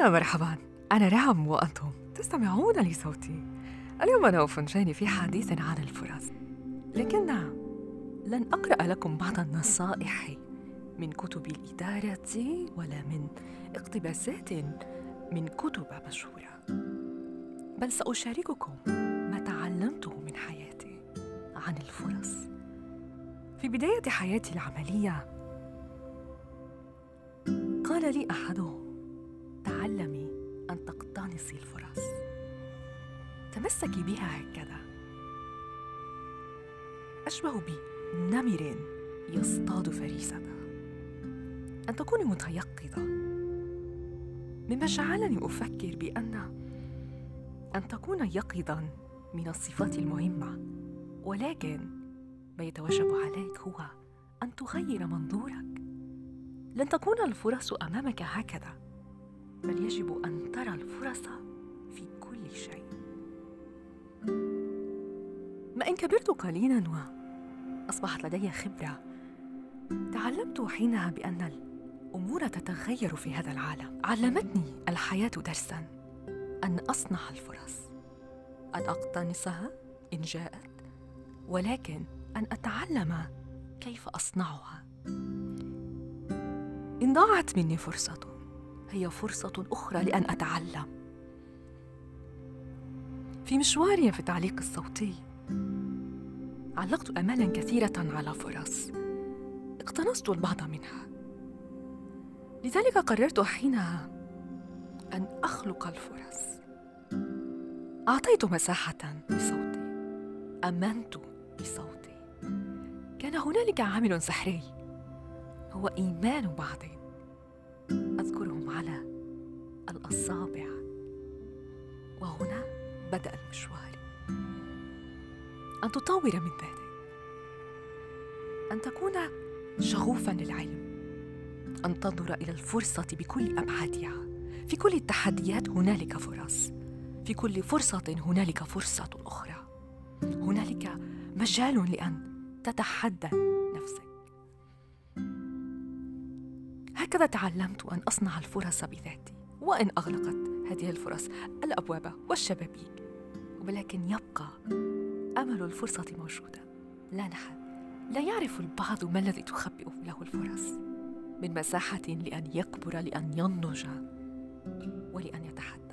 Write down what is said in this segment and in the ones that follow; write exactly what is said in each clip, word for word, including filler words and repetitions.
يا مرحبا، أنا رعم وأنتم تستمعون لصوتي. اليوم أنا وفنجاني في حديث عن الفرص، لكن لن أقرأ لكم بعض النصائح من كتب الإدارة ولا من اقتباسات من كتب مشهورة، بل سأشارككم ما تعلمته من حياتي عن الفرص. في بداية حياتي العملية قال لي أحدهم: تعلمي أن تقتنصي الفرص، تمسكي بها هكذا، أشبه بنمر يصطاد فريسته، أن تكوني متيقظة، مما جعلني أفكر بأن أن تكون يقظاً من الصفات المهمة، ولكن ما يتوجب عليك هو أن تغير منظورك. لن تكون الفرص أمامك هكذا، بل يجب أن ترى الفرص في كل شيء. ما إن كبرت قليلاً وأصبحت لدي خبرة، تعلمت حينها بأن الأمور تتغير في هذا العالم. علمتني الحياة درساً، أن أصنع الفرص، أن أقتنصها إن جاءت، ولكن أن أتعلم كيف أصنعها. إن ضاعت مني فرصة، هي فرصة أخرى لأن أتعلم. في مشواري في التعليق الصوتي علقت آمالاً كثيرة على فرص، اقتنصت البعض منها، لذلك قررت حينها أن أخلق الفرص. أعطيت مساحة لصوتي، أمنت بصوتي. كان هنالك عامل سحري هو إيمان بعض أذكرهم على الأصابع، وهنا بدأ المشوار. أن تطور من ذاتك، أن تكون شغوفاً للعلم، أن تنظر إلى الفرصة بكل أبعادها. في كل التحديات هنالك فرص، في كل فرصة هنالك فرصة أخرى، هنالك مجال لأن تتحدى نفسك. هكذا تعلمت أن أصنع الفرص بذاتي، وإن أغلقت هذه الفرص الأبواب والشبابيك، ولكن يبقى أمل الفرصة موجودا. لا نحن لا يعرف البعض ما الذي تخبئ له الفرص من مساحة لأن يكبر، لأن ينضج، ولأن يتحدث.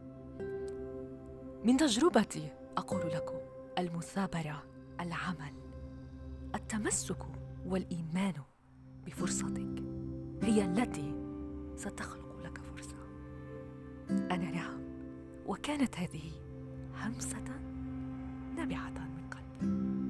من تجربتي أقول لكم: المثابرة، العمل، التمسك والإيمان بفرصتك هي التي ستخلق لك فرصة. أنا نعم، وكانت هذه همسة نابعة من قلبي.